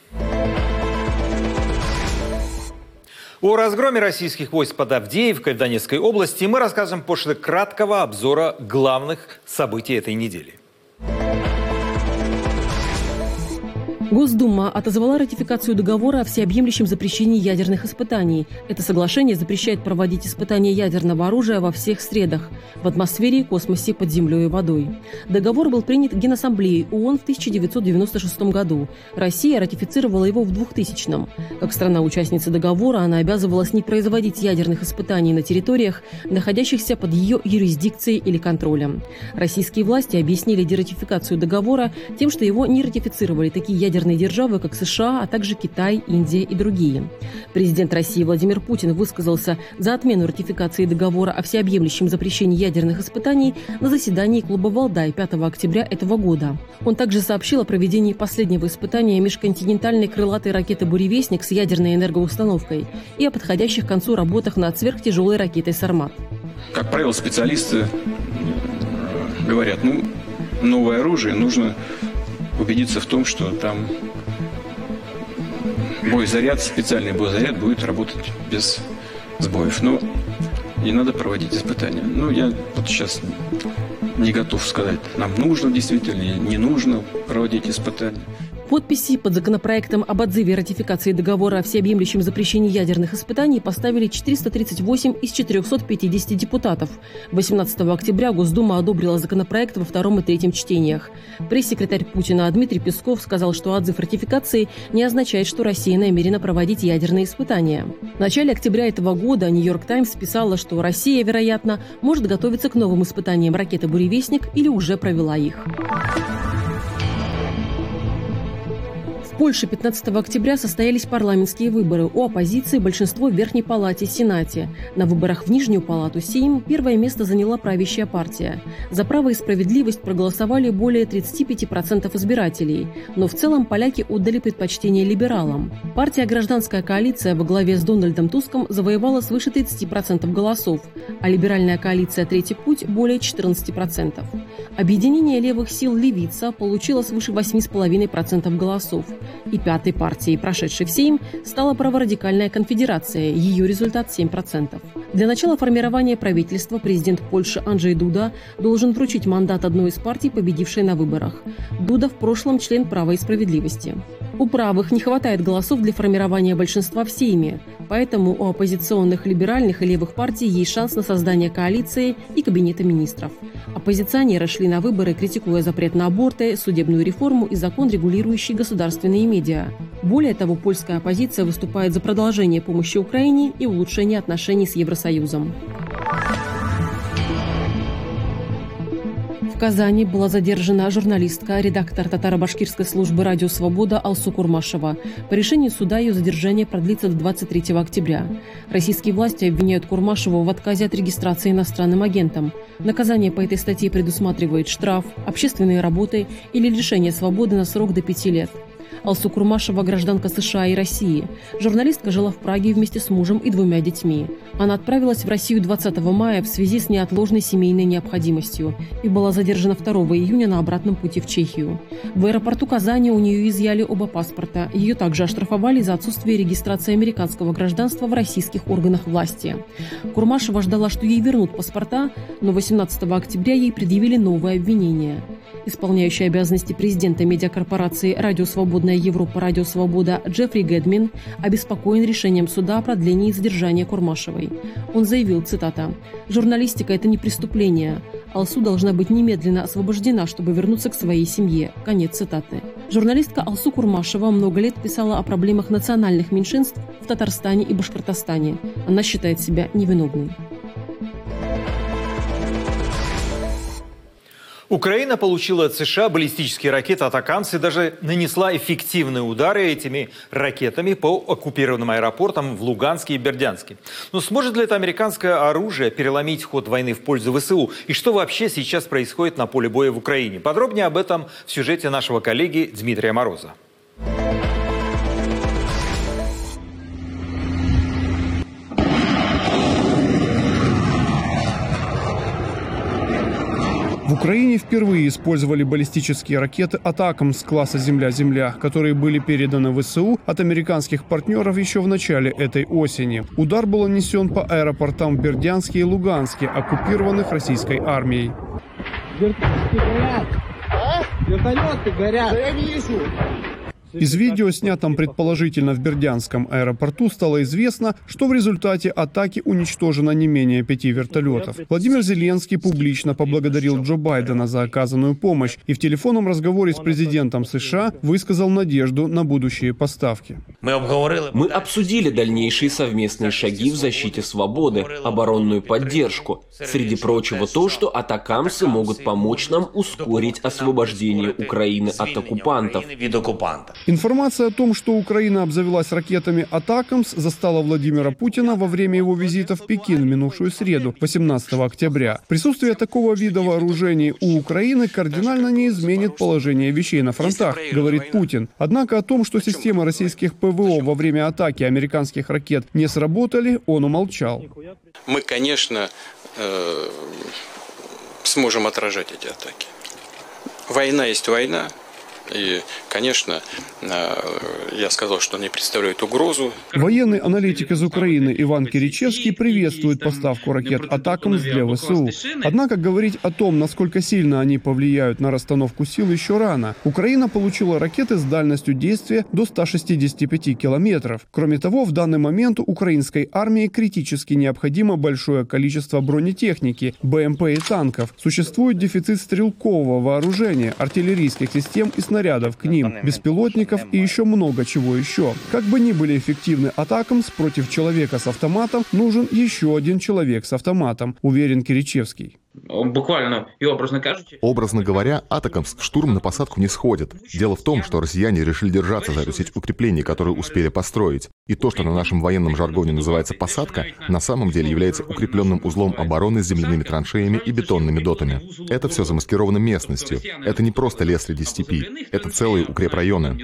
О разгроме российских войск под Авдеевкой в Донецкой области мы расскажем после краткого обзора главных событий этой недели. Госдума отозвала ратификацию договора о всеобъемлющем запрещении ядерных испытаний. Это соглашение запрещает проводить испытания ядерного оружия во всех средах – в атмосфере, космосе, под землей и водой. Договор был принят Генассамблеей ООН в тысяча девятьсот девяносто шестом году. Россия ратифицировала его в двухтысячном. Как страна-участница договора, она обязывалась не производить ядерных испытаний на территориях, находящихся под ее юрисдикцией или контролем. Российские власти объяснили дератификацию договора тем, что его не ратифицировали такие ядерные ядерные державы, как США, а также Китай, Индия и другие. Президент России Владимир Путин высказался за отмену ратификации договора о всеобъемлющем запрещении ядерных испытаний на заседании клуба «Валдай» пятого октября этого года. Он также сообщил о проведении последнего испытания межконтинентальной крылатой ракеты «Буревестник» с ядерной энергоустановкой и о подходящих к концу работах над сверхтяжелой ракетой «Сармат». Как правило, специалисты говорят, ну, новое оружие нужно убедиться в том, что там боезаряд, специальный боезаряд будет работать без сбоев. Но не надо проводить испытания. Ну, я вот сейчас не готов сказать, нам нужно действительно, не нужно проводить испытания. Подписи под законопроектом об отзыве ратификации договора о всеобъемлющем запрещении ядерных испытаний поставили четыреста тридцать восемь из четырехсот пятидесяти депутатов. восемнадцатого октября Госдума одобрила законопроект во втором и третьем чтениях. Пресс-секретарь Путина Дмитрий Песков сказал, что отзыв ратификации не означает, что Россия намерена проводить ядерные испытания. В начале октября этого года «Нью-Йорк Таймс» писала, что Россия, вероятно, может готовиться к новым испытаниям ракеты «Буревестник» или уже провела их. В Польше пятнадцатого октября состоялись парламентские выборы. У оппозиции большинство в Верхней Палате и Сенате. На выборах в Нижнюю Палату Сейм первое место заняла правящая партия. За право и справедливость проголосовали более тридцати пяти процентов избирателей. Но в целом поляки отдали предпочтение либералам. Партия «Гражданская коалиция» во главе с Дональдом Туском завоевала свыше тридцати процентов голосов, а либеральная коалиция «Третий путь» – более четырнадцати процентов. Объединение левых сил «Левица» получило свыше восьми целых пяти десятых процента голосов. И пятой партией, прошедшей в Сейм, стала праворадикальная конфедерация, ее результат семь процентов. Для начала формирования правительства президент Польши Анджей Дуда должен вручить мандат одной из партий, победившей на выборах. Дуда в прошлом член «Права и справедливости». У правых не хватает голосов для формирования большинства в Сейме, поэтому у оппозиционных либеральных и левых партий есть шанс на создание коалиции и кабинета министров. Оппозиционеры шли на выборы, критикуя запрет на аборты, судебную реформу и закон, регулирующий государственные медиа. Более того, польская оппозиция выступает за продолжение помощи Украине и улучшение отношений с Евросоюзом. В Казани была задержана журналистка, редактор татаро-башкирской службы «Радио Свобода» Алсу Курмашева. По решению суда ее задержание продлится до двадцать третьего октября. Российские власти обвиняют Курмашеву в отказе от регистрации иностранным агентом. Наказание по этой статье предусматривает штраф, общественные работы или лишение свободы на срок до пяти лет. Алсу Курмашева – гражданка США и России. Журналистка жила в Праге вместе с мужем и двумя детьми. Она отправилась в Россию двадцатого мая в связи с неотложной семейной необходимостью и была задержана второго июня на обратном пути в Чехию. В аэропорту Казани у нее изъяли оба паспорта. Ее также оштрафовали за отсутствие регистрации американского гражданства в российских органах власти. Курмашева ждала, что ей вернут паспорта, но восемнадцатого октября ей предъявили новое обвинение. Исполняющий обязанности президента медиакорпорации «Радио Свободная Европа», «Радио Свобода» Джеффри Гэдмин обеспокоен решением суда о продлении задержания Курмашевой. Он заявил, цитата, «Журналистика – это не преступление. Алсу должна быть немедленно освобождена, чтобы вернуться к своей семье». Конец цитаты. Журналистка Алсу Курмашева много лет писала о проблемах национальных меньшинств в Татарстане и Башкортостане. Она считает себя невиновной. Украина получила от США баллистические ракеты «Атакамс» и даже нанесла эффективные удары этими ракетами по оккупированным аэропортам в Луганске и Бердянске. Но сможет ли это американское оружие переломить ход войны в пользу ВСУ? И что вообще сейчас происходит на поле боя в Украине? Подробнее об этом в сюжете нашего коллеги Дмитрия Мороза. В Украине впервые использовали баллистические ракеты «Атакамс» класса «Земля-Земля», которые были переданы ВСУ от американских партнеров еще в начале этой осени. Удар был нанесен по аэропортам в Бердянске и Луганске, оккупированных российской армией. Вертолеты горят! А? Вертолеты горят! Да я вижу! Из видео, снятом предположительно в Бердянском аэропорту, стало известно, что в результате атаки уничтожено не менее пяти вертолетов. Владимир Зеленский публично поблагодарил Джо Байдена за оказанную помощь и в телефонном разговоре с президентом США высказал надежду на будущие поставки. Мы обсудили дальнейшие совместные шаги в защите свободы, оборонную поддержку. Среди прочего то, что атакамсы могут помочь нам ускорить освобождение Украины от оккупантов. Информация о том, что Украина обзавелась ракетами «Атакамс», застала Владимира Путина во время его визита в Пекин в минувшую среду, восемнадцатого октября. Присутствие такого вида вооружений у Украины кардинально не изменит положение вещей на фронтах, говорит Путин. Однако о том, что системы российских ПВО во время атаки американских ракет не сработали, он умолчал. Мы, конечно, сможем отражать эти атаки. Война есть война. И, конечно, я сказал, что они представляют угрозу. Военный аналитик из Украины Иван Киричевский приветствует поставку ракет «Атакамс» для ВСУ. Однако говорить о том, насколько сильно они повлияют на расстановку сил, еще рано. Украина получила ракеты с дальностью действия до ста шестидесяти пяти километров. Кроме того, в данный момент украинской армии критически необходимо большое количество бронетехники, БМП и танков. Существует дефицит стрелкового вооружения, артиллерийских систем и снарядов. снарядов к ним, беспилотников и еще много чего еще. Как бы ни были эффективны «Атакамс», против человека с автоматом нужен еще один человек с автоматом, уверен Киричевский. Буквально и образно кажете. Образно говоря, «Атакамс» в штурм на посадку не сходит. Дело в том, что россияне решили держаться за эту сеть укреплений, которую успели построить. И то, что на нашем военном жаргоне называется «посадка», на самом деле является укрепленным узлом обороны с земляными траншеями и бетонными дотами. Это все замаскировано местностью. Это не просто лес среди степи. Это целые укрепрайоны.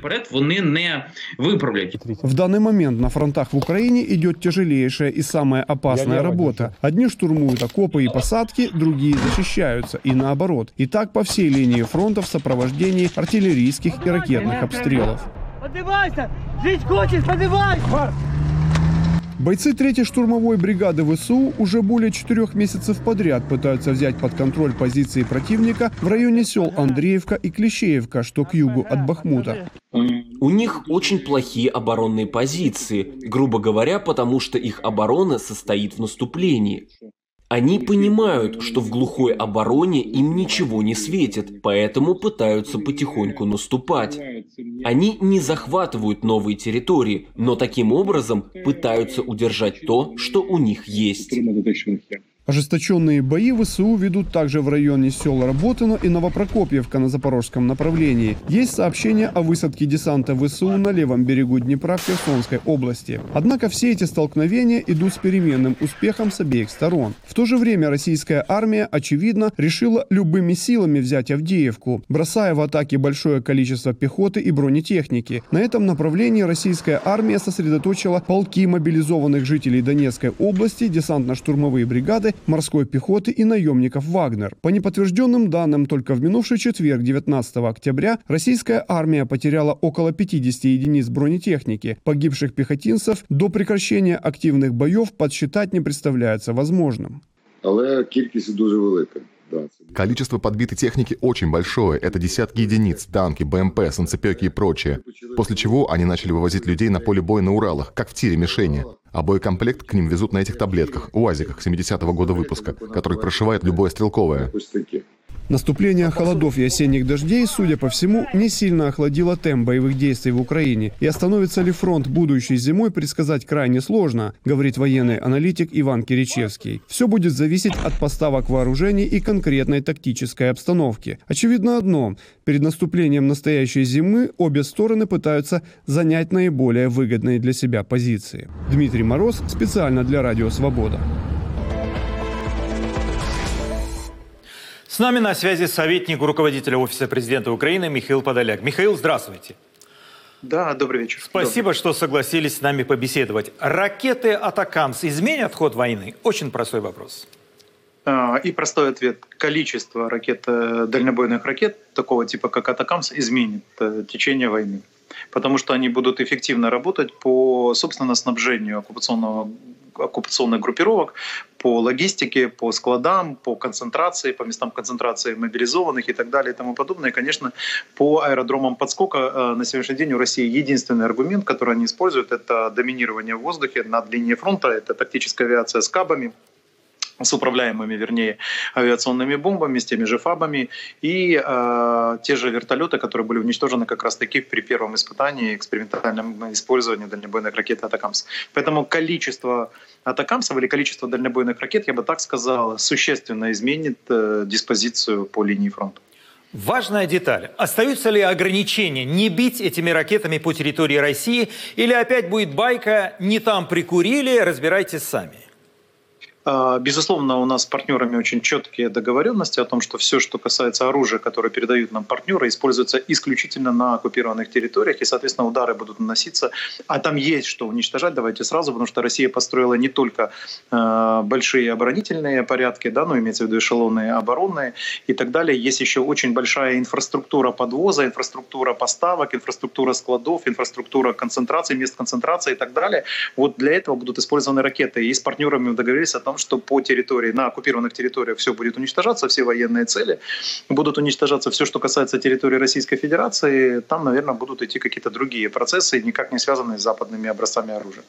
В данный момент на фронтах в Украине идет тяжелейшая и самая опасная работа. Одни штурмуют окопы и посадки, другие защищаются, и наоборот. И так по всей линии фронта в сопровождении артиллерийских и ракетных обстрелов. Поднимайся! Жить хочешь, поднимайся! Бойцы третьей штурмовой бригады ВСУ уже более четырех месяцев подряд пытаются взять под контроль позиции противника в районе сел Андреевка и Клещеевка, что к югу от Бахмута. У них очень плохие оборонные позиции, грубо говоря, потому что их оборона состоит в наступлении. Они понимают, что в глухой обороне им ничего не светит, поэтому пытаются потихоньку наступать. Они не захватывают новые территории, но таким образом пытаются удержать то, что у них есть. Ожесточенные бои ВСУ ведут также в районе сел Работино и Новопрокопьевка на запорожском направлении. Есть сообщения о высадке десанта ВСУ на левом берегу Днепра в Херсонской области. Однако все эти столкновения идут с переменным успехом с обеих сторон. В то же время российская армия, очевидно, решила любыми силами взять Авдеевку, бросая в атаки большое количество пехоты и бронетехники. На этом направлении российская армия сосредоточила полки мобилизованных жителей Донецкой области, десантно-штурмовые бригады, морской пехоты и наемников «Вагнер». По неподтвержденным данным, только в минувший четверг, девятнадцатого октября, российская армия потеряла около пятидесяти единиц бронетехники. Погибших пехотинцев до прекращения активных боев подсчитать не представляется возможным. Але кількість дуже велика. Количество подбитой техники очень большое. Это десятки единиц, танки, БМП, санцепёки и прочее. После чего они начали вывозить людей на поле боя на Уралах, как в тире мишени. А боекомплект к ним везут на этих таблетках, УАЗиках семидесятого года выпуска, который прошивает любое стрелковое. Наступление холодов и осенних дождей, судя по всему, не сильно охладило темп боевых действий в Украине. И остановится ли фронт будущей зимой, предсказать крайне сложно, говорит военный аналитик Иван Киричевский. Все будет зависеть от поставок вооружений и конкретной тактической обстановки. Очевидно одно. Перед наступлением настоящей зимы обе стороны пытаются занять наиболее выгодные для себя позиции. Дмитрий Мороз специально для Радио Свобода. С нами на связи советник руководителя Офиса президента Украины Михаил Подоляк. Михаил, здравствуйте. Да, добрый вечер. Спасибо, добрый. что согласились с нами побеседовать. Ракеты «Атакамс» изменят ход войны? Очень простой вопрос. И простой ответ. Количество ракет, дальнобойных ракет такого типа, как «Атакамс», изменит течение войны. Потому что они будут эффективно работать по, собственно, снабжению оккупационного оккупационных группировок, по логистике, по складам, по концентрации, по местам концентрации мобилизованных и так далее и тому подобное. И, конечно, по аэродромам подскока на сегодняшний день у России единственный аргумент, который они используют, это доминирование в воздухе над линией фронта, это тактическая авиация с кабами, с управляемыми, вернее, авиационными бомбами, с теми же ФАБами и э, те же вертолеты, которые были уничтожены как раз-таки при первом испытании, экспериментальном использовании дальнобойных ракет «Атакамс». Поэтому количество «Атакамсов» или количество дальнобойных ракет, я бы так сказал, существенно изменит э, диспозицию по линии фронта. Важная деталь. Остаются ли ограничения не бить этими ракетами по территории России или опять будет байка «не там прикурили, разбирайтесь сами»? Безусловно, у нас с партнерами очень четкие договоренности о том, что все, что касается оружия, которое передают нам партнеры, используется исключительно на оккупированных территориях, и, соответственно, удары будут наноситься. А там есть что уничтожать, давайте сразу, потому что Россия построила не только э, большие оборонительные порядки, да, ну, имеется в виду эшелоны оборонные и так далее. Есть еще очень большая инфраструктура подвоза, инфраструктура поставок, инфраструктура складов, инфраструктура концентрации, мест концентрации и так далее. Вот для этого будут использованы ракеты. И с партнерами мы договорились о том, что по территории, на оккупированных территориях все будет уничтожаться, все военные цели будут уничтожаться, все, что касается территории Российской Федерации, там, наверное, будут идти какие-то другие процессы, никак не связанные с западными образцами оружия.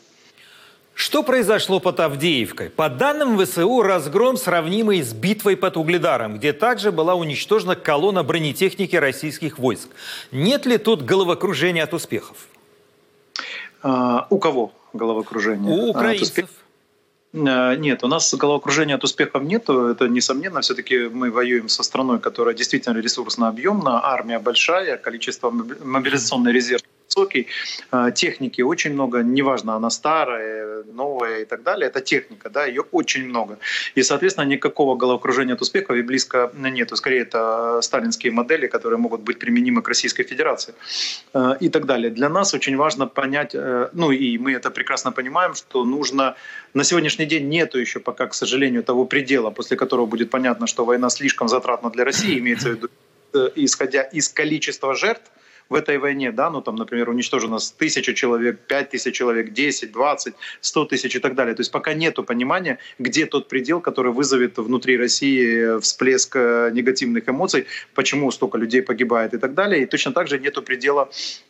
Что произошло под Авдеевкой? По данным ВСУ, разгром сравнимый с битвой под Угледаром, где также была уничтожена колонна бронетехники российских войск. Нет ли тут головокружения от успехов? А, у кого головокружение? У украинцев. Нет, у нас головокружения от успехов нету, это несомненно. Все-таки мы воюем со страной, которая действительно ресурсно объемна, армия большая, количество мобилизационный резерв высокий, техники очень много, неважно, она старая, новая и так далее, это техника, да, ее очень много. И, соответственно, никакого головокружения от успехов и близко нету. Скорее, это сталинские модели, которые могут быть применимы к Российской Федерации и так далее. Для нас очень важно понять, ну и мы это прекрасно понимаем, что нужно, на сегодняшний день нету еще пока, к сожалению, того предела, после которого будет понятно, что война слишком затратна для России, имеется в виду, исходя из количества жертв в этой войне, да, ну там, например, уничтожено тысяча человек, пять тысяч человек, десять, двадцать, сто тысяч и так далее. То есть пока нету понимания, где тот предел, который вызовет внутри России всплеск негативных эмоций, почему столько людей погибает и так далее. И точно так же нету предела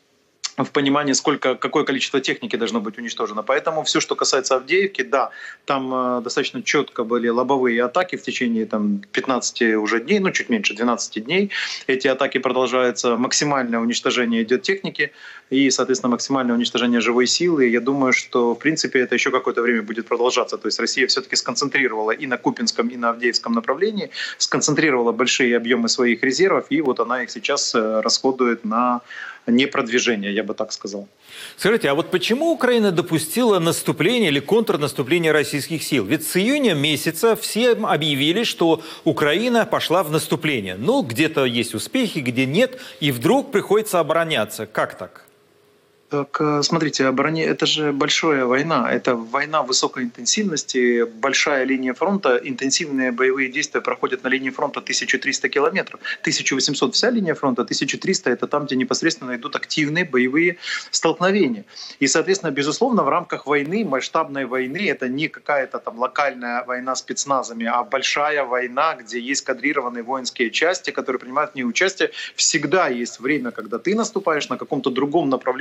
в понимании, сколько, какое количество техники должно быть уничтожено. Поэтому все, что касается Авдеевки, да, там э, достаточно четко были лобовые атаки в течение там, пятнадцати уже дней, ну чуть меньше, двенадцати дней. Эти атаки продолжаются, максимальное уничтожение идет техники и, соответственно, максимальное уничтожение живой силы. Я думаю, что, в принципе, это еще какое-то время будет продолжаться. То есть Россия все-таки сконцентрировала и на Купинском, и на Авдеевском направлении, сконцентрировала большие объемы своих резервов, и вот она их сейчас расходует на не продвижение, я бы так сказал. Скажите, а вот почему Украина допустила наступление или контрнаступление российских сил? Ведь с июня месяца все объявили, что Украина пошла в наступление. Ну, где-то есть успехи, где нет, и вдруг приходится обороняться. Как так? Так, смотрите, обороне это же большая война, это война высокой интенсивности, большая линия фронта, интенсивные боевые действия проходят на линии фронта тысяча триста километров, тысяча восемьсот вся линия фронта, тысяча триста это там, где непосредственно идут активные боевые столкновения. И, соответственно, безусловно, в рамках войны, масштабной войны, это не какая-то там локальная война спецназами, а большая война, где есть кадрированные воинские части, которые принимают в ней участие. Всегда есть время, когда ты наступаешь на каком-то другом направлении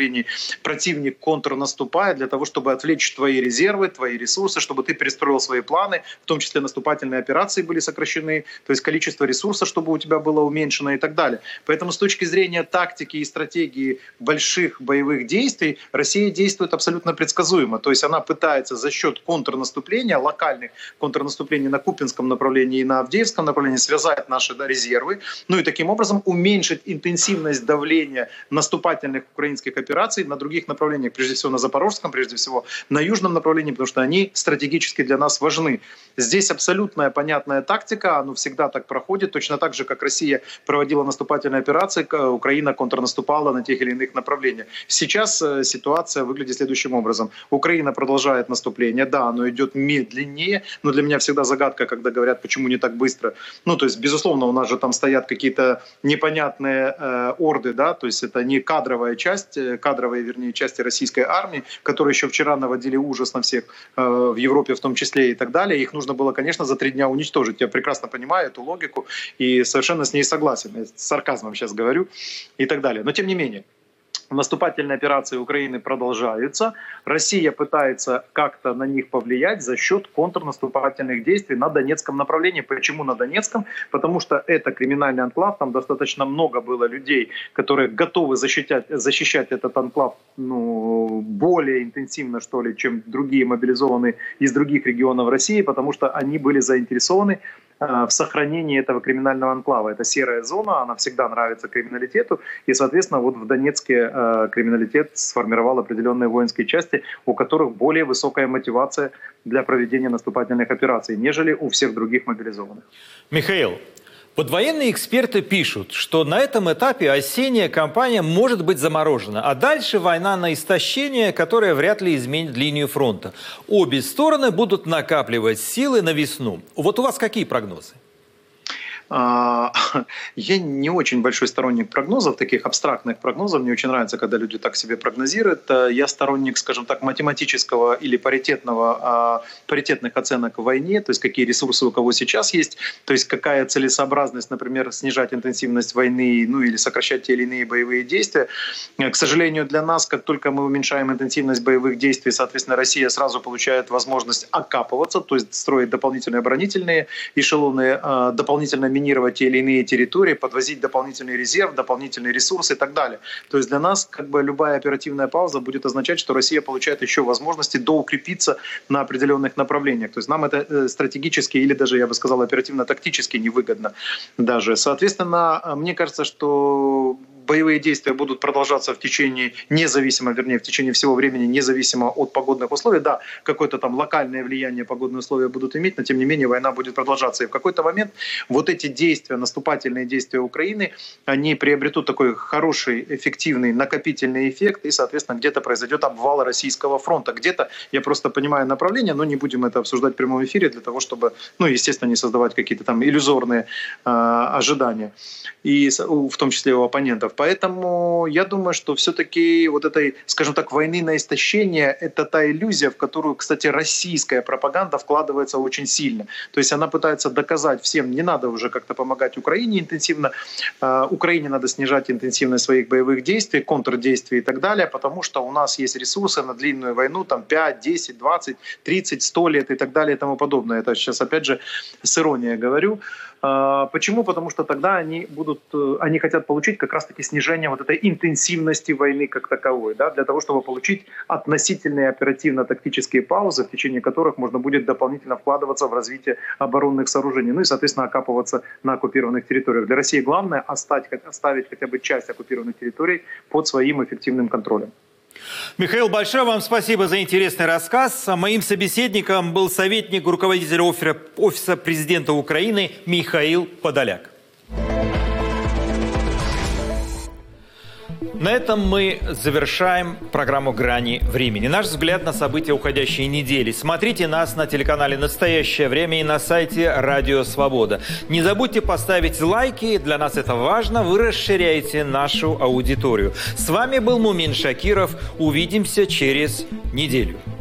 противник контрнаступает для того, чтобы отвлечь твои резервы, твои ресурсы, чтобы ты перестроил свои планы, в том числе наступательные операции были сокращены, то есть количество ресурсов, чтобы у тебя было уменьшено и так далее. Поэтому с точки зрения тактики и стратегии больших боевых действий Россия действует абсолютно предсказуемо. То есть она пытается за счет контрнаступления, локальных контрнаступлений на Купинском направлении и на Авдеевском направлении связать наши да, резервы, ну и таким образом уменьшить интенсивность давления наступательных украинских операций на других направлениях, прежде всего на Запорожском, прежде всего на южном направлении, потому что они стратегически для нас важны. Здесь абсолютная понятная тактика, оно всегда так проходит, точно так же, как Россия проводила наступательные операции, Украина контрнаступала на тех или иных направлениях. Сейчас ситуация выглядит следующим образом. Украина продолжает наступление, да, оно идет медленнее, но для меня всегда загадка, когда говорят, почему не так быстро. Ну, то есть, безусловно, у нас же там стоят какие-то непонятные э, орды, да, то есть это не кадровая часть, кадровые, вернее, части российской армии, которые еще вчера наводили ужас на всех э, в Европе в том числе и так далее. Их нужно было, конечно, за три дня уничтожить. Я прекрасно понимаю эту логику и совершенно с ней согласен. Я с сарказмом сейчас говорю и так далее. Но тем не менее, наступательные операции Украины продолжаются. Россия пытается как-то на них повлиять за счет контрнаступательных действий на Донецком направлении. Почему на Донецком? Потому что это криминальный анклав, там достаточно много было людей, которые готовы защищать, защищать этот анклав ну, более интенсивно, что ли, чем другие мобилизованные из других регионов России, потому что они были заинтересованы в сохранении этого криминального анклава. Это серая зона, она всегда нравится криминалитету, и, соответственно, вот в Донецке э, криминалитет сформировал определенные воинские части, у которых более высокая мотивация для проведения наступательных операций, нежели у всех других мобилизованных. Михаил, подвоенные эксперты пишут, что на этом этапе осенняя кампания может быть заморожена, а дальше война на истощение, которая вряд ли изменит линию фронта. Обе стороны будут накапливать силы на весну. Вот у вас какие прогнозы? Я не очень большой сторонник прогнозов, таких абстрактных прогнозов. Мне очень нравится, когда люди так себе прогнозируют. Я сторонник, скажем так, математического или паритетного, паритетных оценок в войне, то есть какие ресурсы у кого сейчас есть, то есть какая целесообразность, например, снижать интенсивность войны, ну или сокращать те или иные боевые действия. К сожалению, для нас, как только мы уменьшаем интенсивность боевых действий, соответственно, Россия сразу получает возможность окапываться, то есть строить дополнительные оборонительные эшелоны, дополнительно минировать те или иные территории, подвозить дополнительный резерв, дополнительные ресурсы и так далее. То есть для нас как бы любая оперативная пауза будет означать, что Россия получает еще возможности доукрепиться на определенных направлениях. То есть нам это стратегически или даже, я бы сказал, оперативно-тактически невыгодно даже. Соответственно, мне кажется, что боевые действия будут продолжаться в течение, независимо, вернее, в течение всего времени, независимо от погодных условий. Да, какое-то там локальное влияние погодные условия будут иметь, но тем не менее война будет продолжаться. И в какой-то момент вот эти действия, наступательные действия Украины, они приобретут такой хороший, эффективный, накопительный эффект, и, соответственно, где-то произойдет обвал российского фронта. Где-то, я просто понимаю направление, но не будем это обсуждать в прямом эфире для того, чтобы, ну, естественно, не создавать какие-то там иллюзорные э, ожидания, и в том числе у оппонентов. Поэтому я думаю, что все-таки вот этой, скажем так, войны на истощение — это та иллюзия, в которую, кстати, российская пропаганда вкладывается очень сильно. То есть она пытается доказать всем, не надо уже как-то помогать Украине интенсивно, Украине надо снижать интенсивность своих боевых действий, контрдействий и так далее, потому что у нас есть ресурсы на длинную войну, там пять, десять, двадцать, тридцать, сто лет и так далее и тому подобное. Это сейчас, опять же, с иронией говорю. Почему? Потому что тогда они будут, они хотят получить как раз-таки снижение вот этой интенсивности войны как таковой, да, для того, чтобы получить относительные оперативно-тактические паузы, в течение которых можно будет дополнительно вкладываться в развитие оборонных сооружений, ну и, соответственно, окапываться на оккупированных территориях. Для России главное оставить, оставить хотя бы часть оккупированных территорий под своим эффективным контролем. Михаил, большое вам спасибо за интересный рассказ. Моим собеседником был советник руководителя Офиса президента Украины Михаил Подоляк. На этом мы завершаем программу «Грани времени». Наш взгляд на события уходящей недели. Смотрите нас на телеканале «Настоящее время» и на сайте «Радио Свобода». Не забудьте поставить лайки, для нас это важно, вы расширяете нашу аудиторию. С вами был Мумин Шакиров. Увидимся через неделю.